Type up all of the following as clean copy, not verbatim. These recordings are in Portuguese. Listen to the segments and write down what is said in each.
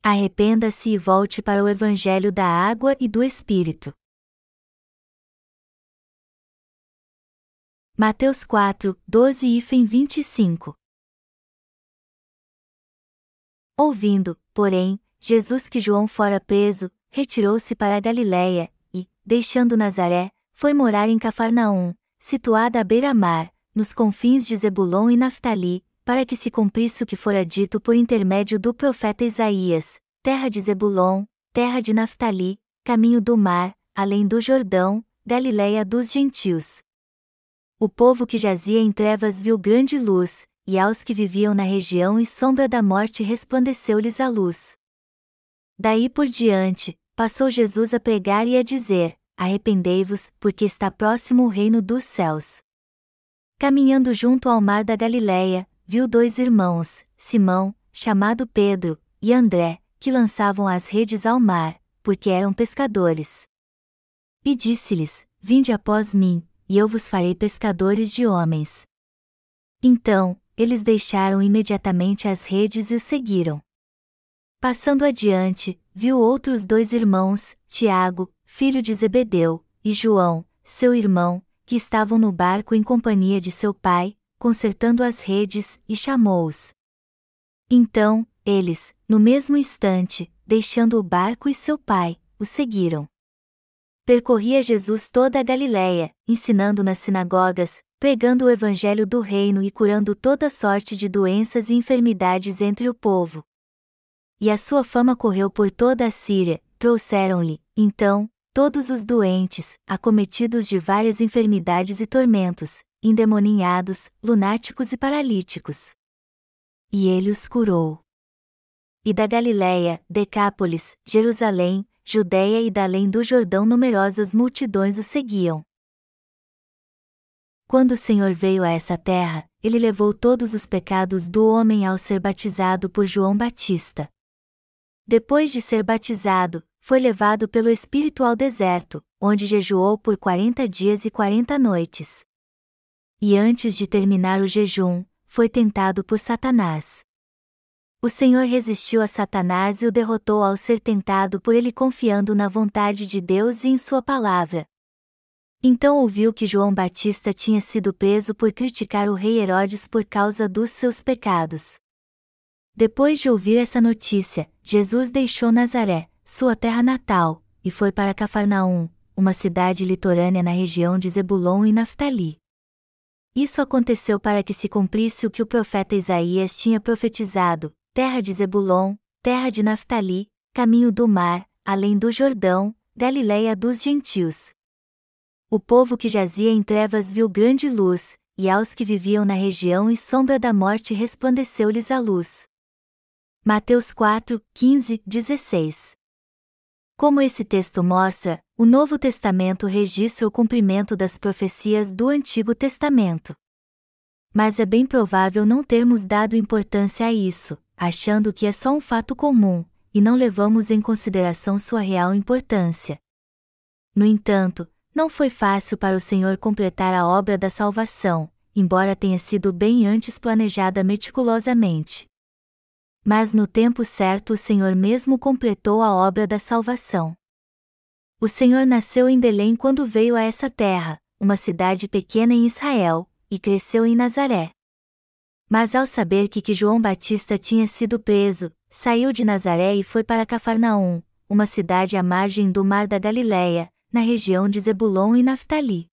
Arrependa-se e volte para o Evangelho da água e do Espírito. Mateus 4, 12 e 25. Ouvindo, porém, Jesus que João fora preso, retirou-se para a Galiléia, e, deixando Nazaré, foi morar em Cafarnaum, situada à beira-mar, nos confins de Zebulon e Naftali, para que se cumprisse o que fora dito por intermédio do profeta Isaías: terra de Zebulon, terra de Naftali, caminho do mar, além do Jordão, Galiléia dos gentios. O povo que jazia em trevas viu grande luz, e aos que viviam na região e sombra da morte resplandeceu-lhes a luz. Daí por diante, passou Jesus a pregar e a dizer: arrependei-vos, porque está próximo o reino dos céus. Caminhando junto ao mar da Galiléia, viu 2 irmãos, Simão, chamado Pedro, e André, que lançavam as redes ao mar, porque eram pescadores. E disse-lhes: vinde após mim, e eu vos farei pescadores de homens. Então, eles deixaram imediatamente as redes e o seguiram. Passando adiante, viu outros 2 irmãos, Tiago, filho de Zebedeu, e João, seu irmão, que estavam no barco em companhia de seu pai, consertando as redes, e chamou-os. Então, eles, no mesmo instante, deixando o barco e seu pai, o seguiram. Percorria Jesus toda a Galiléia, ensinando nas sinagogas, pregando o evangelho do reino e curando toda sorte de doenças e enfermidades entre o povo. E a sua fama correu por toda a Síria. Trouxeram-lhe, então, todos os doentes, acometidos de várias enfermidades e tormentos, endemoninhados, lunáticos e paralíticos. E ele os curou. E da Galiléia, Decápolis, Jerusalém, Judéia e da além do Jordão numerosas multidões o seguiam. Quando o Senhor veio a essa terra, ele levou todos os pecados do homem ao ser batizado por João Batista. Depois de ser batizado, foi levado pelo Espírito ao deserto, onde jejuou por 40 dias e 40 noites. E antes de terminar o jejum, foi tentado por Satanás. O Senhor resistiu a Satanás e o derrotou ao ser tentado por ele confiando na vontade de Deus e em sua palavra. Então ouviu que João Batista tinha sido preso por criticar o rei Herodes por causa dos seus pecados. Depois de ouvir essa notícia, Jesus deixou Nazaré, sua terra natal, e foi para Cafarnaum, uma cidade litorânea na região de Zebulon e Naftali. Isso aconteceu para que se cumprisse o que o profeta Isaías tinha profetizado: terra de Zebulon, terra de Naftali, caminho do mar, além do Jordão, Galiléia dos gentios. O povo que jazia em trevas viu grande luz, e aos que viviam na região e sombra da morte resplandeceu-lhes a luz. Mateus 4, 15, 16. Como esse texto mostra, o Novo Testamento registra o cumprimento das profecias do Antigo Testamento. Mas é bem provável não termos dado importância a isso, achando que é só um fato comum, e não levamos em consideração sua real importância. No entanto, não foi fácil para o Senhor completar a obra da salvação, embora tenha sido bem antes planejada meticulosamente. Mas no tempo certo o Senhor mesmo completou a obra da salvação. O Senhor nasceu em Belém quando veio a essa terra, uma cidade pequena em Israel, e cresceu em Nazaré. Mas ao saber que João Batista tinha sido preso, saiu de Nazaré e foi para Cafarnaum, uma cidade à margem do mar da Galiléia, na região de Zebulon e Naftali.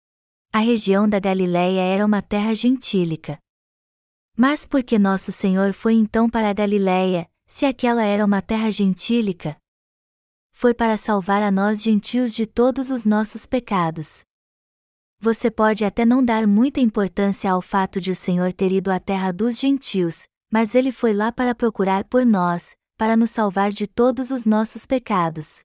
A região da Galiléia era uma terra gentílica. Mas por que nosso Senhor foi então para a Galiléia, se aquela era uma terra gentílica? Foi para salvar a nós gentios de todos os nossos pecados. Você pode até não dar muita importância ao fato de o Senhor ter ido à terra dos gentios, mas ele foi lá para procurar por nós, para nos salvar de todos os nossos pecados.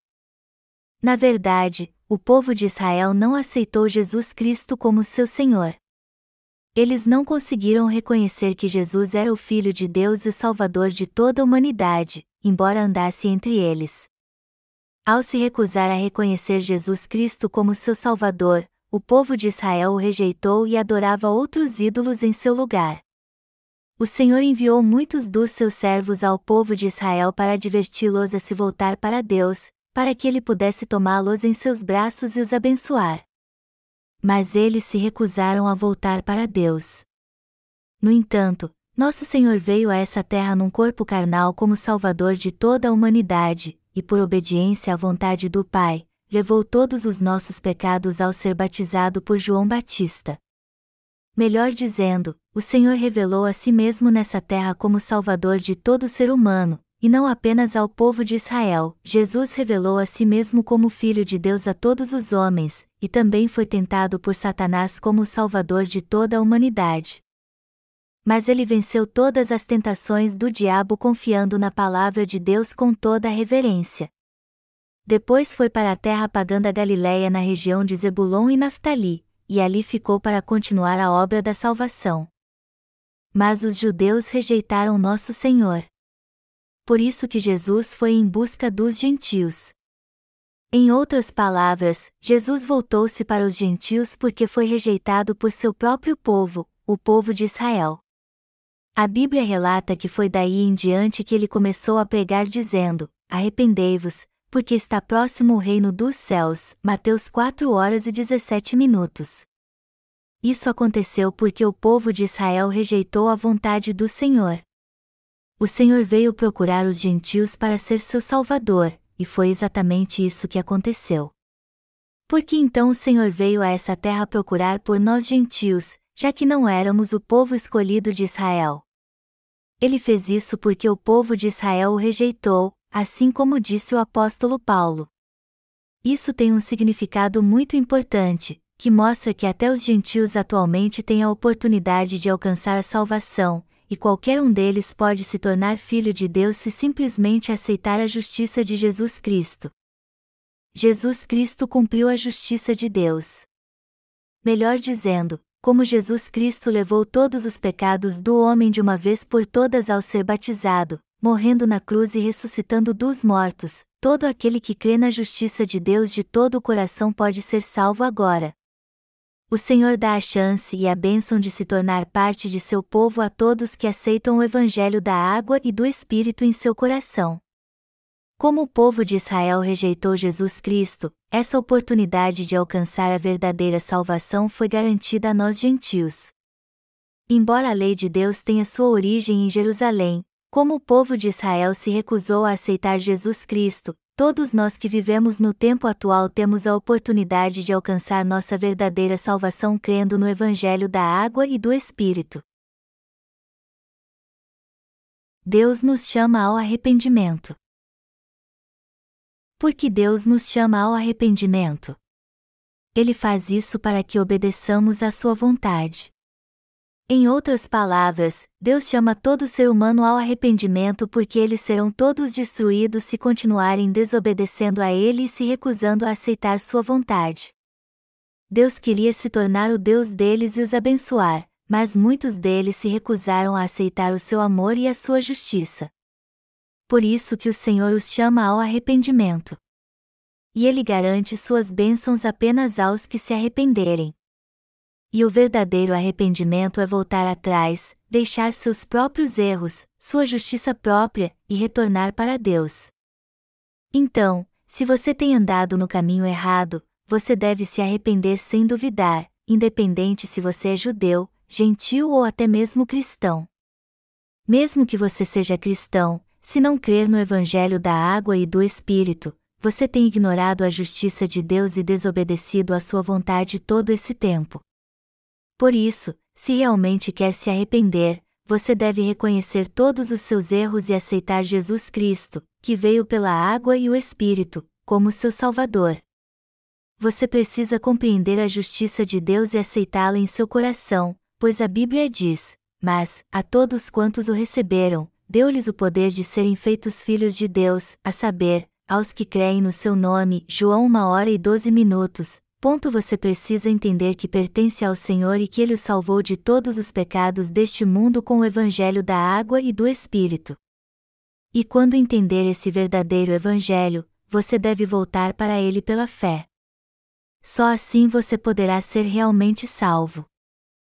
Na verdade, o povo de Israel não aceitou Jesus Cristo como seu Senhor. Eles não conseguiram reconhecer que Jesus era o Filho de Deus e o Salvador de toda a humanidade, embora andasse entre eles. Ao se recusar a reconhecer Jesus Cristo como seu Salvador, o povo de Israel o rejeitou e adorava outros ídolos em seu lugar. O Senhor enviou muitos dos seus servos ao povo de Israel para adverti-los a se voltar para Deus, para que ele pudesse tomá-los em seus braços e os abençoar. Mas eles se recusaram a voltar para Deus. No entanto, nosso Senhor veio a essa terra num corpo carnal como Salvador de toda a humanidade, e por obediência à vontade do Pai, levou todos os nossos pecados ao ser batizado por João Batista. Melhor dizendo, o Senhor revelou a si mesmo nessa terra como Salvador de todo ser humano, e não apenas ao povo de Israel. Jesus revelou a si mesmo como Filho de Deus a todos os homens, e também foi tentado por Satanás como o Salvador de toda a humanidade. Mas ele venceu todas as tentações do diabo confiando na palavra de Deus com toda a reverência. Depois foi para a terra pagã da Galiléia na região de Zebulon e Naftali, e ali ficou para continuar a obra da salvação. Mas os judeus rejeitaram nosso Senhor. Por isso que Jesus foi em busca dos gentios. Em outras palavras, Jesus voltou-se para os gentios porque foi rejeitado por seu próprio povo, o povo de Israel. A Bíblia relata que foi daí em diante que ele começou a pregar dizendo: arrependei-vos, porque está próximo o reino dos céus. Mateus 4:17. Isso aconteceu porque o povo de Israel rejeitou a vontade do Senhor. O Senhor veio procurar os gentios para ser seu Salvador, e foi exatamente isso que aconteceu. Por que então o Senhor veio a essa terra procurar por nós gentios, já que não éramos o povo escolhido de Israel? Ele fez isso porque o povo de Israel o rejeitou, assim como disse o apóstolo Paulo. Isso tem um significado muito importante, que mostra que até os gentios atualmente têm a oportunidade de alcançar a salvação, e qualquer um deles pode se tornar filho de Deus se simplesmente aceitar a justiça de Jesus Cristo. Jesus Cristo cumpriu a justiça de Deus. Melhor dizendo, como Jesus Cristo levou todos os pecados do homem de uma vez por todas ao ser batizado, morrendo na cruz e ressuscitando dos mortos, todo aquele que crê na justiça de Deus de todo o coração pode ser salvo agora. O Senhor dá a chance e a bênção de se tornar parte de seu povo a todos que aceitam o Evangelho da água e do Espírito em seu coração. Como o povo de Israel rejeitou Jesus Cristo, essa oportunidade de alcançar a verdadeira salvação foi garantida a nós gentios. Embora a lei de Deus tenha sua origem em Jerusalém, como o povo de Israel se recusou a aceitar Jesus Cristo, todos nós que vivemos no tempo atual temos a oportunidade de alcançar nossa verdadeira salvação crendo no Evangelho da água e do Espírito. Deus nos chama ao arrependimento. Por que Deus nos chama ao arrependimento? Ele faz isso para que obedeçamos à sua vontade. Em outras palavras, Deus chama todo ser humano ao arrependimento porque eles serão todos destruídos se continuarem desobedecendo a Ele e se recusando a aceitar sua vontade. Deus queria se tornar o Deus deles e os abençoar, mas muitos deles se recusaram a aceitar o seu amor e a sua justiça. Por isso que o Senhor os chama ao arrependimento. E Ele garante suas bênçãos apenas aos que se arrependerem. E o verdadeiro arrependimento é voltar atrás, deixar seus próprios erros, sua justiça própria, e retornar para Deus. Então, se você tem andado no caminho errado, você deve se arrepender sem duvidar, independente se você é judeu, gentil ou até mesmo cristão. Mesmo que você seja cristão, se não crer no Evangelho da água e do Espírito, você tem ignorado a justiça de Deus e desobedecido à sua vontade todo esse tempo. Por isso, se realmente quer se arrepender, você deve reconhecer todos os seus erros e aceitar Jesus Cristo, que veio pela água e o Espírito, como seu Salvador. Você precisa compreender a justiça de Deus e aceitá-la em seu coração, pois a Bíblia diz: mas, a todos quantos o receberam, deu-lhes o poder de serem feitos filhos de Deus, a saber, aos que creem no seu nome. João 1h12. Você precisa entender que pertence ao Senhor e que Ele o salvou de todos os pecados deste mundo com o Evangelho da água e do Espírito. E quando entender esse verdadeiro Evangelho, você deve voltar para ele pela fé. Só assim você poderá ser realmente salvo.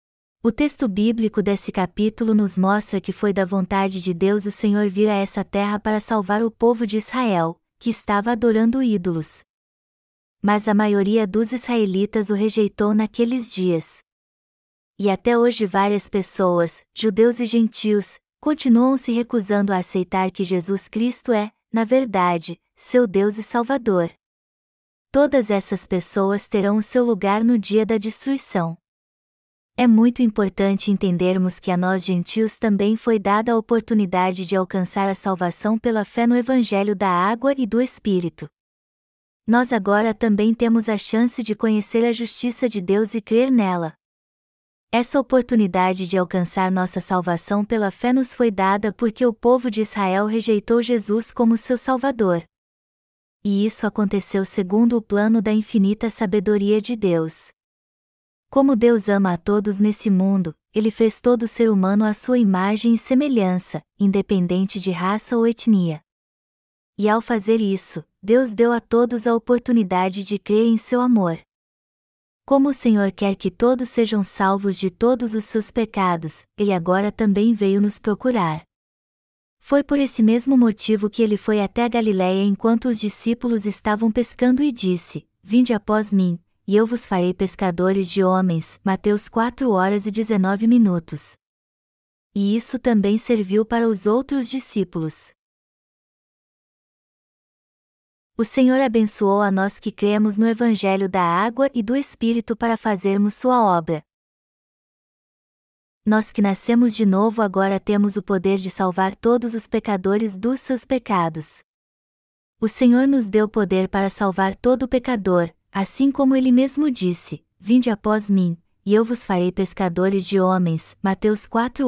O texto bíblico desse capítulo nos mostra que foi da vontade de Deus o Senhor vir a essa terra para salvar o povo de Israel, que estava adorando ídolos. Mas a maioria dos israelitas o rejeitou naqueles dias. E até hoje várias pessoas, judeus e gentios, continuam se recusando a aceitar que Jesus Cristo é, na verdade, seu Deus e Salvador. Todas essas pessoas terão o seu lugar no dia da destruição. É muito importante entendermos que a nós gentios também foi dada a oportunidade de alcançar a salvação pela fé no Evangelho da Água e do Espírito. Nós agora também temos a chance de conhecer a justiça de Deus e crer nela. Essa oportunidade de alcançar nossa salvação pela fé nos foi dada porque o povo de Israel rejeitou Jesus como seu Salvador. E isso aconteceu segundo o plano da infinita sabedoria de Deus. Como Deus ama a todos nesse mundo, Ele fez todo ser humano à sua imagem e semelhança, independente de raça ou etnia. E ao fazer isso, Deus deu a todos a oportunidade de crer em seu amor. Como o Senhor quer que todos sejam salvos de todos os seus pecados, Ele agora também veio nos procurar. Foi por esse mesmo motivo que Ele foi até a Galiléia enquanto os discípulos estavam pescando e disse: "Vinde após mim, e eu vos farei pescadores de homens." Mateus 4:19. E isso também serviu para os outros discípulos. O Senhor abençoou a nós que cremos no Evangelho da Água e do Espírito para fazermos sua obra. Nós que nascemos de novo agora temos o poder de salvar todos os pecadores dos seus pecados. O Senhor nos deu poder para salvar todo pecador, assim como Ele mesmo disse: "Vinde após mim, e eu vos farei pescadores de homens." Mateus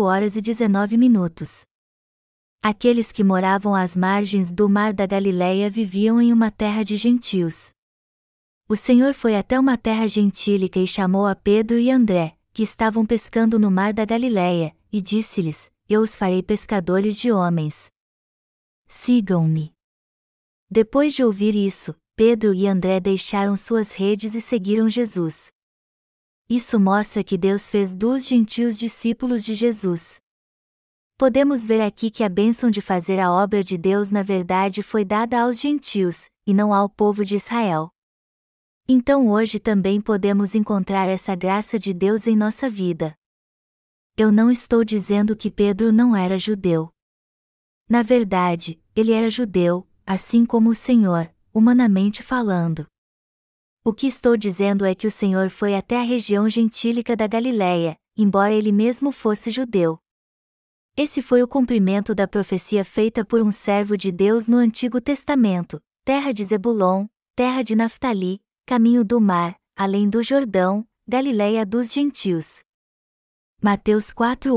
4:19. Aqueles que moravam às margens do mar da Galiléia viviam em uma terra de gentios. O Senhor foi até uma terra gentílica e chamou a Pedro e André, que estavam pescando no mar da Galiléia, e disse-lhes: "Eu os farei pescadores de homens. Sigam-me." Depois de ouvir isso, Pedro e André deixaram suas redes e seguiram Jesus. Isso mostra que Deus fez dos gentios discípulos de Jesus. Podemos ver aqui que a bênção de fazer a obra de Deus na verdade foi dada aos gentios, e não ao povo de Israel. Então hoje também podemos encontrar essa graça de Deus em nossa vida. Eu não estou dizendo que Pedro não era judeu. Na verdade, ele era judeu, assim como o Senhor, humanamente falando. O que estou dizendo é que o Senhor foi até a região gentílica da Galiléia, embora ele mesmo fosse judeu. Esse foi o cumprimento da profecia feita por um servo de Deus no Antigo Testamento: terra de Zebulon, terra de Naftali, caminho do mar, além do Jordão, Galiléia dos gentios. Mateus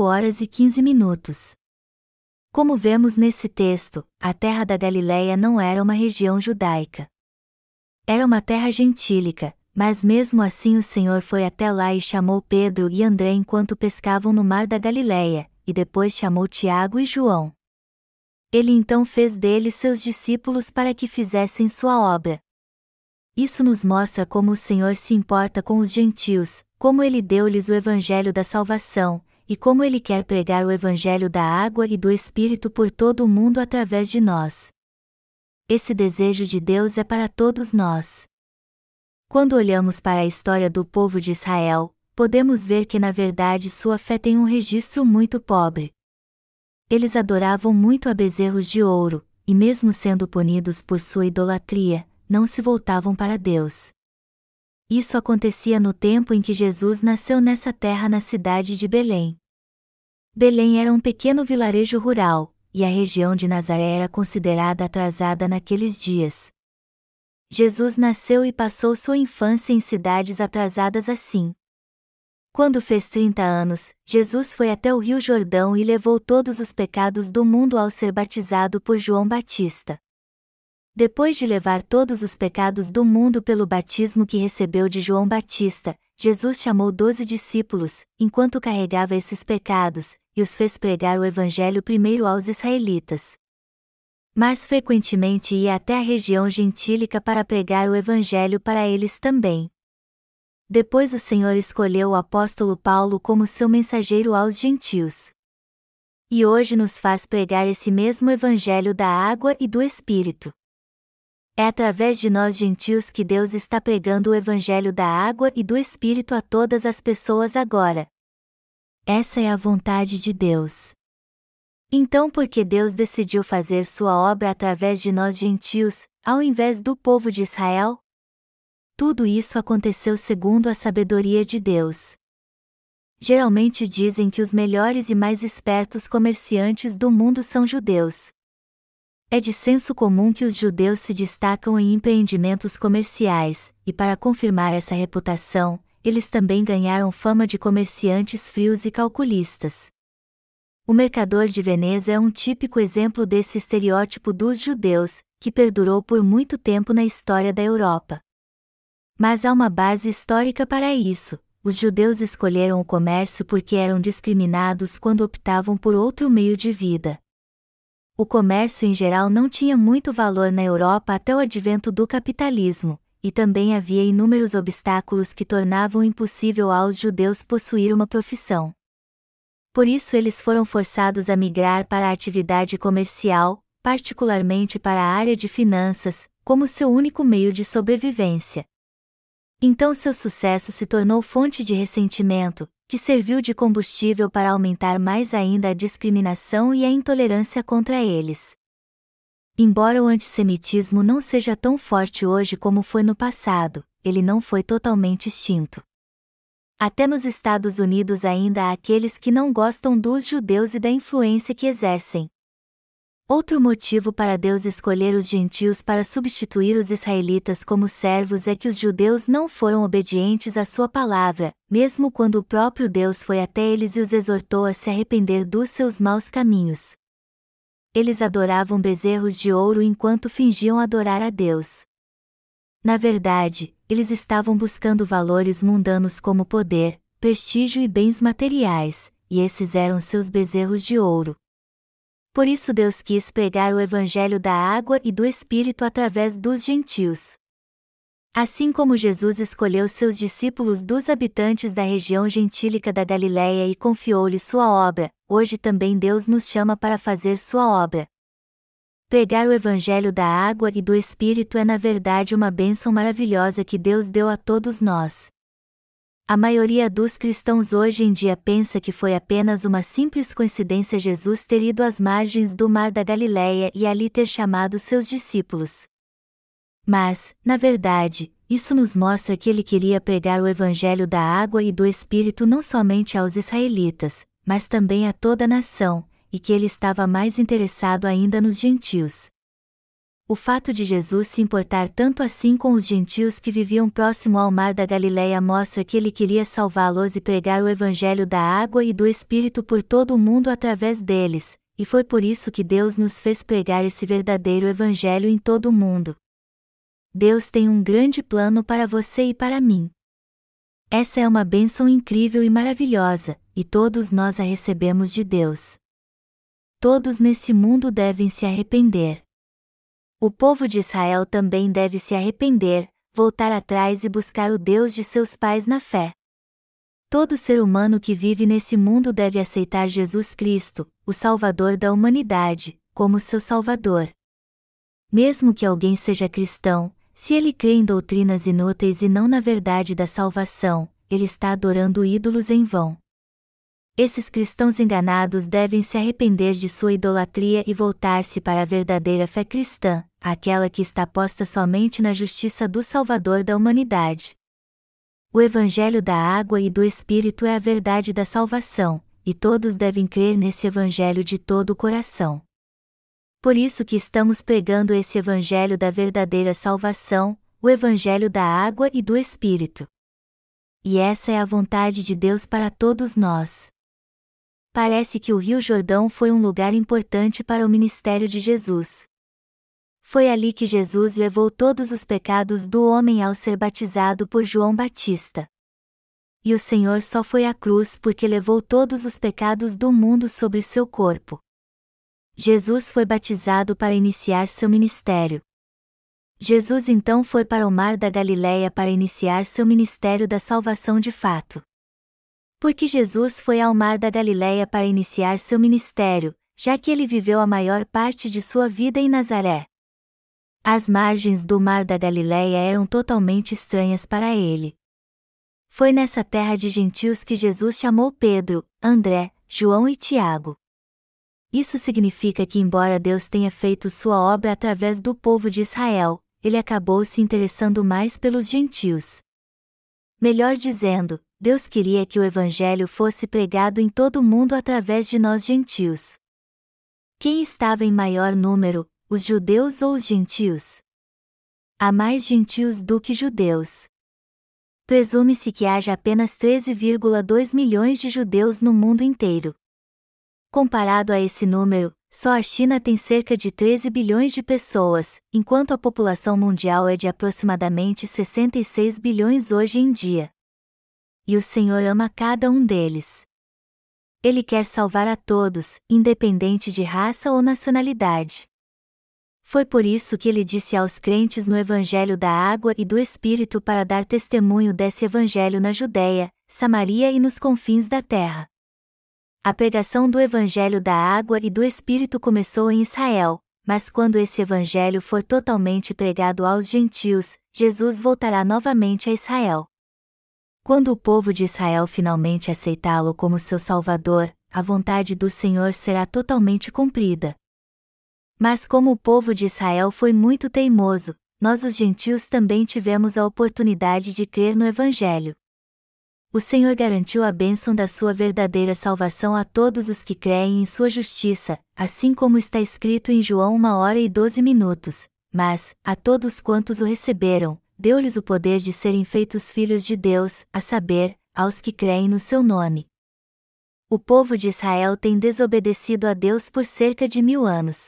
4:15. Como vemos nesse texto, a terra da Galiléia não era uma região judaica. Era uma terra gentílica, mas mesmo assim o Senhor foi até lá e chamou Pedro e André enquanto pescavam no mar da Galiléia, e depois chamou Tiago e João. Ele então fez deles seus discípulos para que fizessem sua obra. Isso nos mostra como o Senhor se importa com os gentios, como Ele deu-lhes o Evangelho da salvação, e como Ele quer pregar o Evangelho da água e do Espírito por todo o mundo através de nós. Esse desejo de Deus é para todos nós. Quando olhamos para a história do povo de Israel, podemos ver que na verdade sua fé tem um registro muito pobre. Eles adoravam muito a bezerros de ouro, e mesmo sendo punidos por sua idolatria, não se voltavam para Deus. Isso acontecia no tempo em que Jesus nasceu nessa terra na cidade de Belém. Belém era um pequeno vilarejo rural, e a região de Nazaré era considerada atrasada naqueles dias. Jesus nasceu e passou sua infância em cidades atrasadas assim. Quando fez 30 anos, Jesus foi até o Rio Jordão e levou todos os pecados do mundo ao ser batizado por João Batista. Depois de levar todos os pecados do mundo pelo batismo que recebeu de João Batista, Jesus chamou 12 discípulos, enquanto carregava esses pecados, e os fez pregar o Evangelho primeiro aos israelitas. Mas frequentemente ia até a região gentílica para pregar o Evangelho para eles também. Depois o Senhor escolheu o apóstolo Paulo como seu mensageiro aos gentios. E hoje nos faz pregar esse mesmo evangelho da água e do Espírito. É através de nós gentios que Deus está pregando o evangelho da água e do Espírito a todas as pessoas agora. Essa é a vontade de Deus. Então, por que Deus decidiu fazer sua obra através de nós gentios, ao invés do povo de Israel? Tudo isso aconteceu segundo a sabedoria de Deus. Geralmente dizem que os melhores e mais espertos comerciantes do mundo são judeus. É de senso comum que os judeus se destacam em empreendimentos comerciais, e para confirmar essa reputação, eles também ganharam fama de comerciantes frios e calculistas. O mercador de Veneza é um típico exemplo desse estereótipo dos judeus, que perdurou por muito tempo na história da Europa. Mas há uma base histórica para isso. Os judeus escolheram o comércio porque eram discriminados quando optavam por outro meio de vida. O comércio em geral não tinha muito valor na Europa até o advento do capitalismo, e também havia inúmeros obstáculos que tornavam impossível aos judeus possuir uma profissão. Por isso eles foram forçados a migrar para a atividade comercial, particularmente para a área de finanças, como seu único meio de sobrevivência. Então seu sucesso se tornou fonte de ressentimento, que serviu de combustível para aumentar mais ainda a discriminação e a intolerância contra eles. Embora o antissemitismo não seja tão forte hoje como foi no passado, ele não foi totalmente extinto. Até nos Estados Unidos ainda há aqueles que não gostam dos judeus e da influência que exercem. Outro motivo para Deus escolher os gentios para substituir os israelitas como servos é que os judeus não foram obedientes à sua palavra, mesmo quando o próprio Deus foi até eles e os exortou a se arrepender dos seus maus caminhos. Eles adoravam bezerros de ouro enquanto fingiam adorar a Deus. Na verdade, eles estavam buscando valores mundanos como poder, prestígio e bens materiais, e esses eram seus bezerros de ouro. Por isso Deus quis pregar o evangelho da água e do Espírito através dos gentios. Assim como Jesus escolheu seus discípulos dos habitantes da região gentílica da Galiléia e confiou-lhes sua obra, hoje também Deus nos chama para fazer sua obra. Pregar o evangelho da água e do Espírito é na verdade uma bênção maravilhosa que Deus deu a todos nós. A maioria dos cristãos hoje em dia pensa que foi apenas uma simples coincidência Jesus ter ido às margens do mar da Galiléia e ali ter chamado seus discípulos. Mas, na verdade, isso nos mostra que ele queria pregar o evangelho da água e do Espírito não somente aos israelitas, mas também a toda a nação, e que ele estava mais interessado ainda nos gentios. O fato de Jesus se importar tanto assim com os gentios que viviam próximo ao mar da Galiléia mostra que ele queria salvá-los e pregar o evangelho da água e do Espírito por todo o mundo através deles, e foi por isso que Deus nos fez pregar esse verdadeiro evangelho em todo o mundo. Deus tem um grande plano para você e para mim. Essa é uma bênção incrível e maravilhosa, e todos nós a recebemos de Deus. Todos nesse mundo devem se arrepender. O povo de Israel também deve se arrepender, voltar atrás e buscar o Deus de seus pais na fé. Todo ser humano que vive nesse mundo deve aceitar Jesus Cristo, o Salvador da humanidade, como seu Salvador. Mesmo que alguém seja cristão, se ele crê em doutrinas inúteis e não na verdade da salvação, ele está adorando ídolos em vão. Esses cristãos enganados devem se arrepender de sua idolatria e voltar-se para a verdadeira fé cristã, aquela que está posta somente na justiça do Salvador da humanidade. O Evangelho da água e do Espírito é a verdade da salvação, e todos devem crer nesse Evangelho de todo o coração. Por isso que estamos pregando esse Evangelho da verdadeira salvação, o Evangelho da água e do Espírito. E essa é a vontade de Deus para todos nós. Parece que o Rio Jordão foi um lugar importante para o ministério de Jesus. Foi ali que Jesus levou todos os pecados do homem ao ser batizado por João Batista. E o Senhor só foi à cruz porque levou todos os pecados do mundo sobre seu corpo. Jesus foi batizado para iniciar seu ministério. Jesus então foi para o mar da Galileia para iniciar seu ministério da salvação de fato. Porque Jesus foi ao mar da Galileia para iniciar seu ministério, já que ele viveu a maior parte de sua vida em Nazaré. As margens do mar da Galileia eram totalmente estranhas para ele. Foi nessa terra de gentios que Jesus chamou Pedro, André, João e Tiago. Isso significa que, embora Deus tenha feito sua obra através do povo de Israel, ele acabou se interessando mais pelos gentios. Melhor dizendo, Deus queria que o Evangelho fosse pregado em todo o mundo através de nós gentios. Quem estava em maior número, os judeus ou os gentios? Há mais gentios do que judeus. Presume-se que haja apenas 13,2 milhões de judeus no mundo inteiro. Comparado a esse número, só a China tem cerca de 13 bilhões de pessoas, enquanto a população mundial é de aproximadamente 66 bilhões hoje em dia. E o Senhor ama cada um deles. Ele quer salvar a todos, independente de raça ou nacionalidade. Foi por isso que ele disse aos crentes no Evangelho da Água e do Espírito para dar testemunho desse Evangelho na Judéia, Samaria e nos confins da terra. A pregação do Evangelho da Água e do Espírito começou em Israel, mas quando esse Evangelho for totalmente pregado aos gentios, Jesus voltará novamente a Israel. Quando o povo de Israel finalmente aceitá-lo como seu Salvador, a vontade do Senhor será totalmente cumprida. Mas como o povo de Israel foi muito teimoso, nós os gentios também tivemos a oportunidade de crer no Evangelho. O Senhor garantiu a bênção da sua verdadeira salvação a todos os que creem em sua justiça, assim como está escrito em João 1h12. Mas, a todos quantos o receberam, deu-lhes o poder de serem feitos filhos de Deus, a saber, aos que creem no seu nome. O povo de Israel tem desobedecido a Deus por cerca de 1000 anos.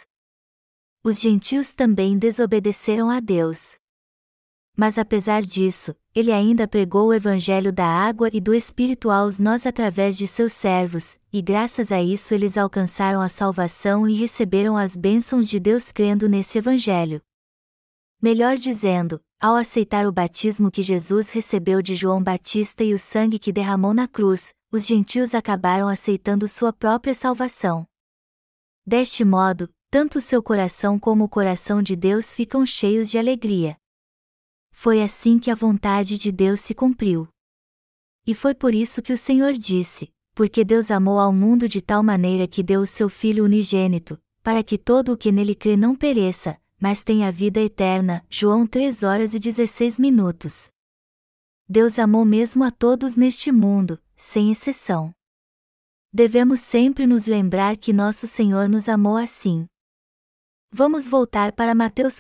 Os gentios também desobedeceram a Deus. Mas apesar disso, ele ainda pregou o Evangelho da Água e do Espírito aos nós através de seus servos, e graças a isso eles alcançaram a salvação e receberam as bênçãos de Deus crendo nesse Evangelho. Melhor dizendo, ao aceitar o batismo que Jesus recebeu de João Batista e o sangue que derramou na cruz, os gentios acabaram aceitando sua própria salvação. Deste modo, tanto o seu coração como o coração de Deus ficam cheios de alegria. Foi assim que a vontade de Deus se cumpriu. E foi por isso que o Senhor disse, porque Deus amou ao mundo de tal maneira que deu o seu Filho unigênito, para que todo o que nele crê não pereça, mas tenha a vida eterna. João 3h16. Deus amou mesmo a todos neste mundo, sem exceção. Devemos sempre nos lembrar que nosso Senhor nos amou assim. Vamos voltar para Mateus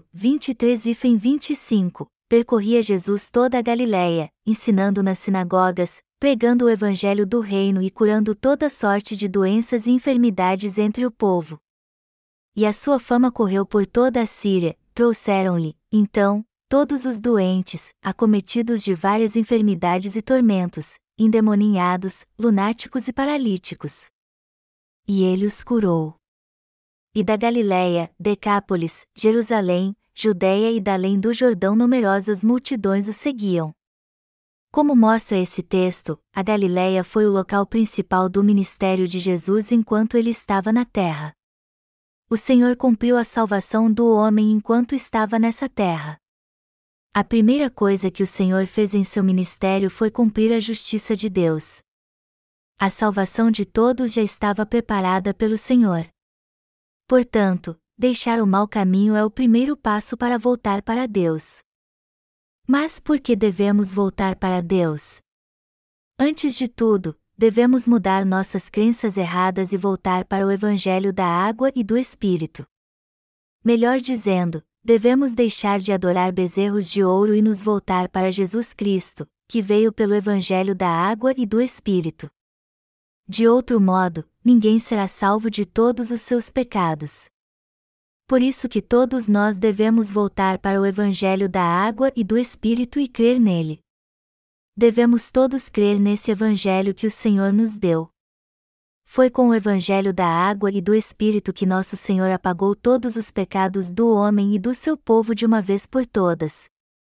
4:23-25. Percorria Jesus toda a Galileia, ensinando nas sinagogas, pregando o evangelho do reino e curando toda sorte de doenças e enfermidades entre o povo. E a sua fama correu por toda a Síria. Trouxeram-lhe, então, todos os doentes, acometidos de várias enfermidades e tormentos, endemoninhados, lunáticos e paralíticos. E ele os curou. E da Galileia, Decápolis, Jerusalém, Judéia e da além do Jordão numerosas multidões o seguiam. Como mostra esse texto, a Galileia foi o local principal do ministério de Jesus enquanto ele estava na terra. O Senhor cumpriu a salvação do homem enquanto estava nessa terra. A primeira coisa que o Senhor fez em seu ministério foi cumprir a justiça de Deus. A salvação de todos já estava preparada pelo Senhor. Portanto, deixar o mau caminho é o primeiro passo para voltar para Deus. Mas por que devemos voltar para Deus? Antes de tudo, devemos mudar nossas crenças erradas e voltar para o Evangelho da Água e do Espírito. Melhor dizendo, devemos deixar de adorar bezerros de ouro e nos voltar para Jesus Cristo, que veio pelo Evangelho da Água e do Espírito. De outro modo, ninguém será salvo de todos os seus pecados. Por isso que todos nós devemos voltar para o Evangelho da Água e do Espírito e crer nele. Devemos todos crer nesse Evangelho que o Senhor nos deu. Foi com o Evangelho da água e do Espírito que nosso Senhor apagou todos os pecados do homem e do seu povo de uma vez por todas.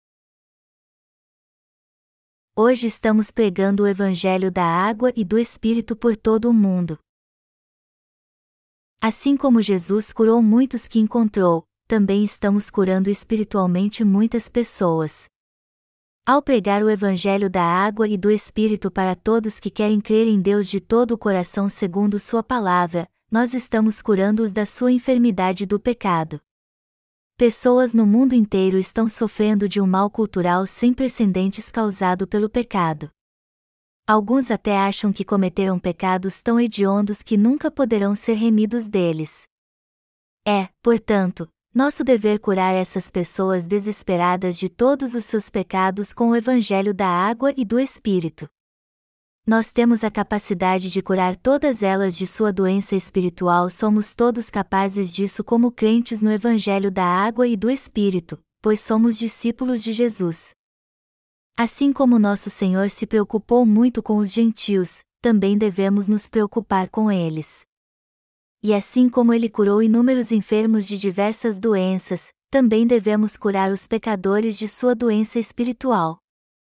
Hoje estamos pregando o Evangelho da água e do Espírito por todo o mundo. Assim como Jesus curou muitos que encontrou, também estamos curando espiritualmente muitas pessoas. Ao pregar o Evangelho da água e do Espírito para todos que querem crer em Deus de todo o coração segundo Sua palavra, nós estamos curando-os da sua enfermidade do pecado. Pessoas no mundo inteiro estão sofrendo de um mal cultural sem precedentes causado pelo pecado. Alguns até acham que cometeram pecados tão hediondos que nunca poderão ser remidos deles. É, portanto, nosso dever curar essas pessoas desesperadas de todos os seus pecados com o Evangelho da água e do Espírito. Nós temos a capacidade de curar todas elas de sua doença espiritual. Somos todos capazes disso como crentes no Evangelho da água e do Espírito, pois somos discípulos de Jesus. Assim como nosso Senhor se preocupou muito com os gentios, também devemos nos preocupar com eles. E assim como Ele curou inúmeros enfermos de diversas doenças, também devemos curar os pecadores de sua doença espiritual.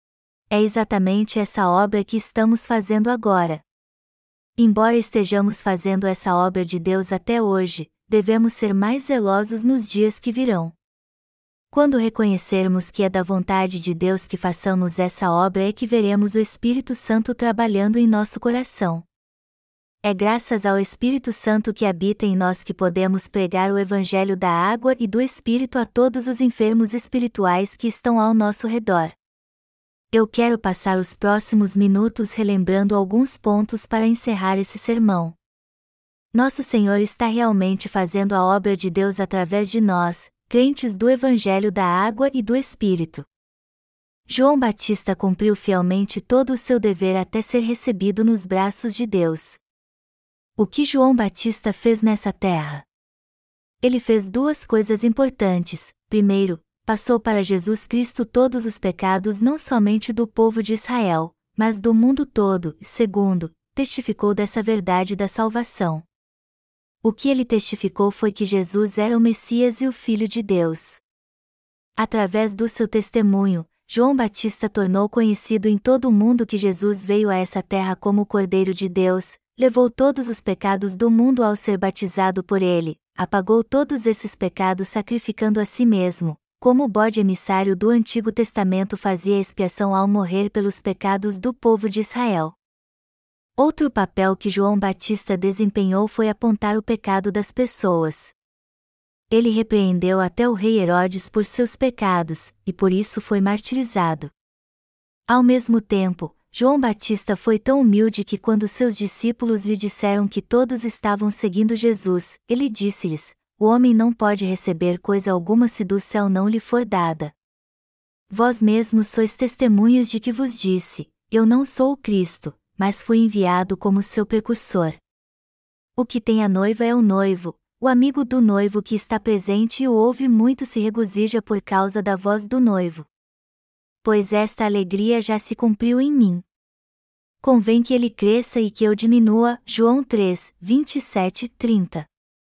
É exatamente essa obra que estamos fazendo agora. Embora estejamos fazendo essa obra de Deus até hoje, devemos ser mais zelosos nos dias que virão. Quando reconhecermos que é da vontade de Deus que façamos essa obra, é que veremos o Espírito Santo trabalhando em nosso coração. É graças ao Espírito Santo que habita em nós que podemos pregar o Evangelho da água e do Espírito a todos os enfermos espirituais que estão ao nosso redor. Eu quero passar os próximos minutos relembrando alguns pontos para encerrar esse sermão. Nosso Senhor está realmente fazendo a obra de Deus através de nós, crentes do Evangelho da água e do Espírito. João Batista cumpriu fielmente todo o seu dever até ser recebido nos braços de Deus. O que João Batista fez nessa terra? Ele fez duas coisas importantes. Primeiro, passou para Jesus Cristo todos os pecados não somente do povo de Israel, mas do mundo todo. Segundo, testificou dessa verdade da salvação. O que ele testificou foi que Jesus era o Messias e o Filho de Deus. Através do seu testemunho, João Batista tornou conhecido em todo o mundo que Jesus veio a essa terra como o Cordeiro de Deus, levou todos os pecados do mundo ao ser batizado por ele, apagou todos esses pecados sacrificando a si mesmo, como o bode emissário do Antigo Testamento fazia expiação ao morrer pelos pecados do povo de Israel. Outro papel que João Batista desempenhou foi apontar o pecado das pessoas. Ele repreendeu até o rei Herodes por seus pecados, e por isso foi martirizado. Ao mesmo tempo, João Batista foi tão humilde que quando seus discípulos lhe disseram que todos estavam seguindo Jesus, ele disse-lhes: o homem não pode receber coisa alguma se do céu não lhe for dada. Vós mesmos sois testemunhas de que vos disse: eu não sou o Cristo, mas fui enviado como seu precursor. O que tem a noiva é o noivo, o amigo do noivo que está presente e o ouve muito se regozija por causa da voz do noivo. Pois esta alegria já se cumpriu em mim. Convém que ele cresça e que eu diminua. João 3, 27, 30.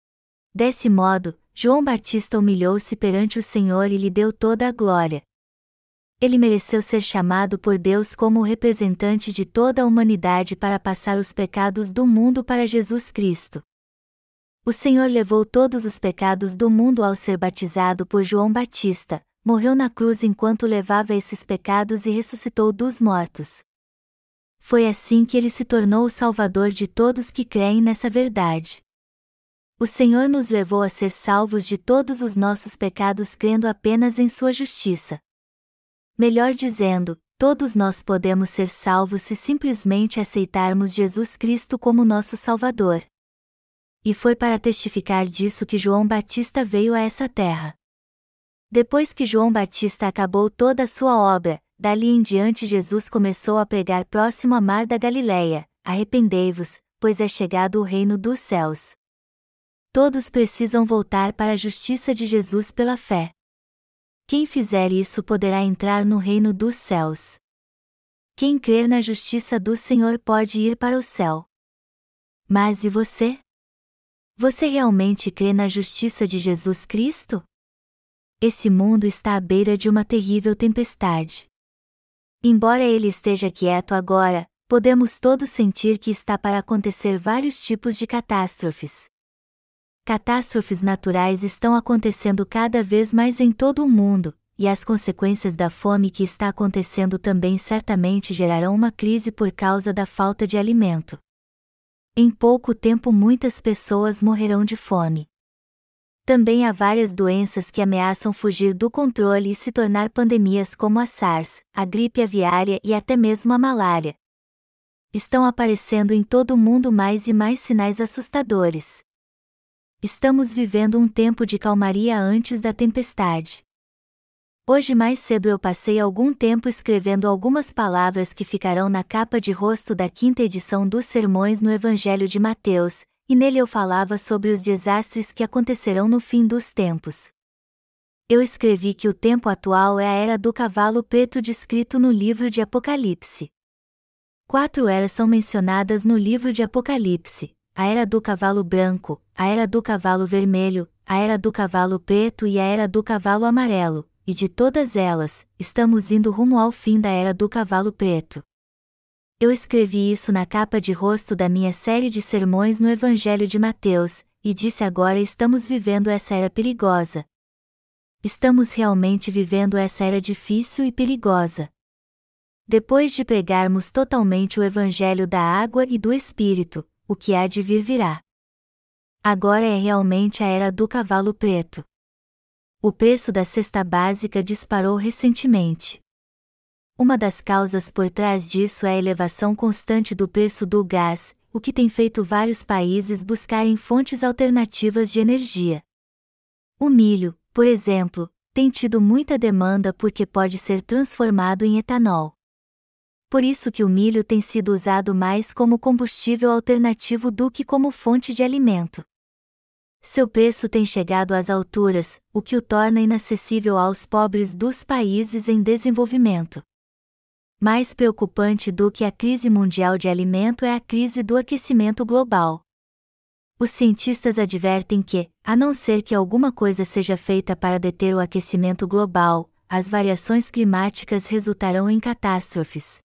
Desse modo, João Batista humilhou-se perante o Senhor e lhe deu toda a glória. Ele mereceu ser chamado por Deus como o representante de toda a humanidade para passar os pecados do mundo para Jesus Cristo. O Senhor levou todos os pecados do mundo ao ser batizado por João Batista, morreu na cruz enquanto levava esses pecados e ressuscitou dos mortos. Foi assim que ele se tornou o Salvador de todos que creem nessa verdade. O Senhor nos levou a ser salvos de todos os nossos pecados crendo apenas em sua justiça. Melhor dizendo, todos nós podemos ser salvos se simplesmente aceitarmos Jesus Cristo como nosso Salvador. E foi para testificar disso que João Batista veio a essa terra. Depois que João Batista acabou toda a sua obra, dali em diante Jesus começou a pregar próximo à mar da Galileia: arrependei-vos, pois é chegado o reino dos céus. Todos precisam voltar para a justiça de Jesus pela fé. Quem fizer isso poderá entrar no reino dos céus. Quem crer na justiça do Senhor pode ir para o céu. Mas e você? Você realmente crê na justiça de Jesus Cristo? Esse mundo está à beira de uma terrível tempestade. Embora ele esteja quieto agora, podemos todos sentir que está para acontecer vários tipos de catástrofes. Catástrofes naturais estão acontecendo cada vez mais em todo o mundo, e as consequências da fome que está acontecendo também certamente gerarão uma crise por causa da falta de alimento. Em pouco tempo muitas pessoas morrerão de fome. Também há várias doenças que ameaçam fugir do controle e se tornar pandemias como a SARS, a gripe aviária e até mesmo a malária. Estão aparecendo em todo o mundo mais e mais sinais assustadores. Estamos vivendo um tempo de calmaria antes da tempestade. Hoje mais cedo eu passei algum tempo escrevendo algumas palavras que ficarão na capa de rosto da 5ª edição dos Sermões no Evangelho de Mateus, e nele eu falava sobre os desastres que acontecerão no fim dos tempos. Eu escrevi que o tempo atual é a era do cavalo preto descrito no livro de Apocalipse. 4 eras são mencionadas no livro de Apocalipse: a era do cavalo branco, a era do cavalo vermelho, a era do cavalo preto e a era do cavalo amarelo, e de todas elas, estamos indo rumo ao fim da era do cavalo preto. Eu escrevi isso na capa de rosto da minha série de sermões no Evangelho de Mateus, e disse agora estamos vivendo essa era perigosa. Estamos realmente vivendo essa era difícil e perigosa. Depois de pregarmos totalmente o Evangelho da água e do Espírito, o que há de vir virá. Agora é realmente a era do cavalo preto. O preço da cesta básica disparou recentemente. Uma das causas por trás disso é a elevação constante do preço do gás, o que tem feito vários países buscarem fontes alternativas de energia. O milho, por exemplo, tem tido muita demanda porque pode ser transformado em etanol. Por isso que o milho tem sido usado mais como combustível alternativo do que como fonte de alimento. Seu preço tem chegado às alturas, o que o torna inacessível aos pobres dos países em desenvolvimento. Mais preocupante do que a crise mundial de alimento é a crise do aquecimento global. Os cientistas advertem que, a não ser que alguma coisa seja feita para deter o aquecimento global, as variações climáticas resultarão em catástrofes.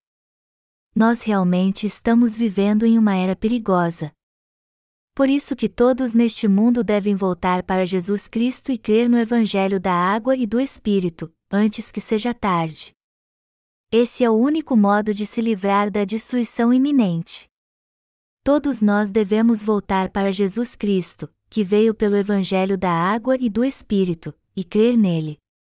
Nós realmente estamos vivendo em uma era perigosa. Por isso que todos neste mundo devem voltar para Jesus Cristo e crer no Evangelho da água e do Espírito, antes que seja tarde. Esse é o único modo de se livrar da destruição iminente. Todos nós devemos voltar para Jesus Cristo, que veio pelo Evangelho da água e do Espírito, e crer nele.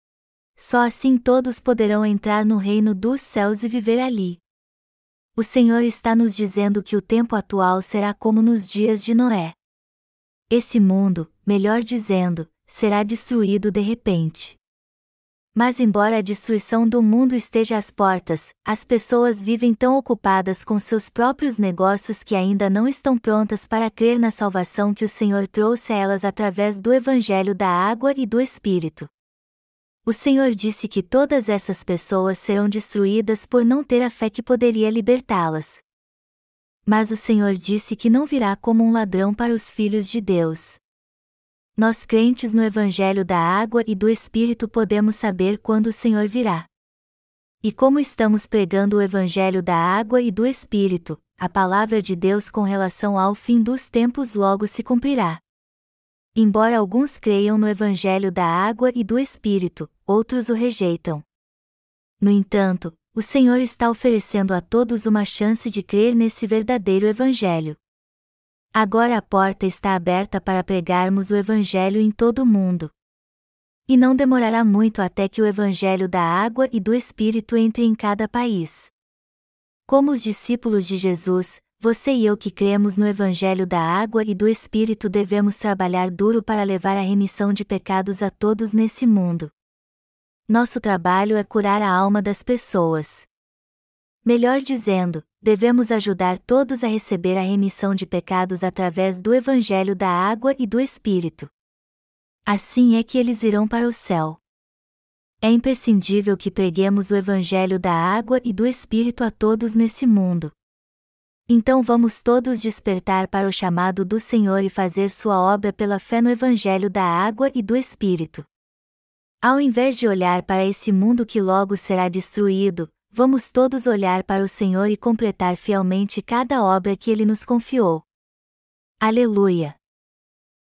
Só assim todos poderão entrar no reino dos céus e viver ali. O Senhor está nos dizendo que o tempo atual será como nos dias de Noé. Esse mundo, melhor dizendo, será destruído de repente. Mas embora a destruição do mundo esteja às portas, as pessoas vivem tão ocupadas com seus próprios negócios que ainda não estão prontas para crer na salvação que o Senhor trouxe a elas através do Evangelho da água e do Espírito. O Senhor disse que todas essas pessoas serão destruídas por não ter a fé que poderia libertá-las. Mas o Senhor disse que não virá como um ladrão para os filhos de Deus. Nós crentes no Evangelho da água e do Espírito podemos saber quando o Senhor virá. E como estamos pregando o Evangelho da água e do Espírito, a palavra de Deus com relação ao fim dos tempos logo se cumprirá. Embora alguns creiam no Evangelho da água e do Espírito, outros o rejeitam. No entanto, o Senhor está oferecendo a todos uma chance de crer nesse verdadeiro Evangelho. Agora a porta está aberta para pregarmos o Evangelho em todo o mundo. E não demorará muito até que o Evangelho da água e do Espírito entre em cada país. Como os discípulos de Jesus, você e eu que cremos no Evangelho da água e do Espírito devemos trabalhar duro para levar a remissão de pecados a todos nesse mundo. Nosso trabalho é curar a alma das pessoas. Melhor dizendo, devemos ajudar todos a receber a remissão de pecados através do Evangelho da água e do Espírito. Assim é que eles irão para o céu. É imprescindível que preguemos o Evangelho da água e do Espírito a todos nesse mundo. Então vamos todos despertar para o chamado do Senhor e fazer sua obra pela fé no Evangelho da água e do Espírito. Ao invés de olhar para esse mundo que logo será destruído, vamos todos olhar para o Senhor e completar fielmente cada obra que Ele nos confiou. Aleluia!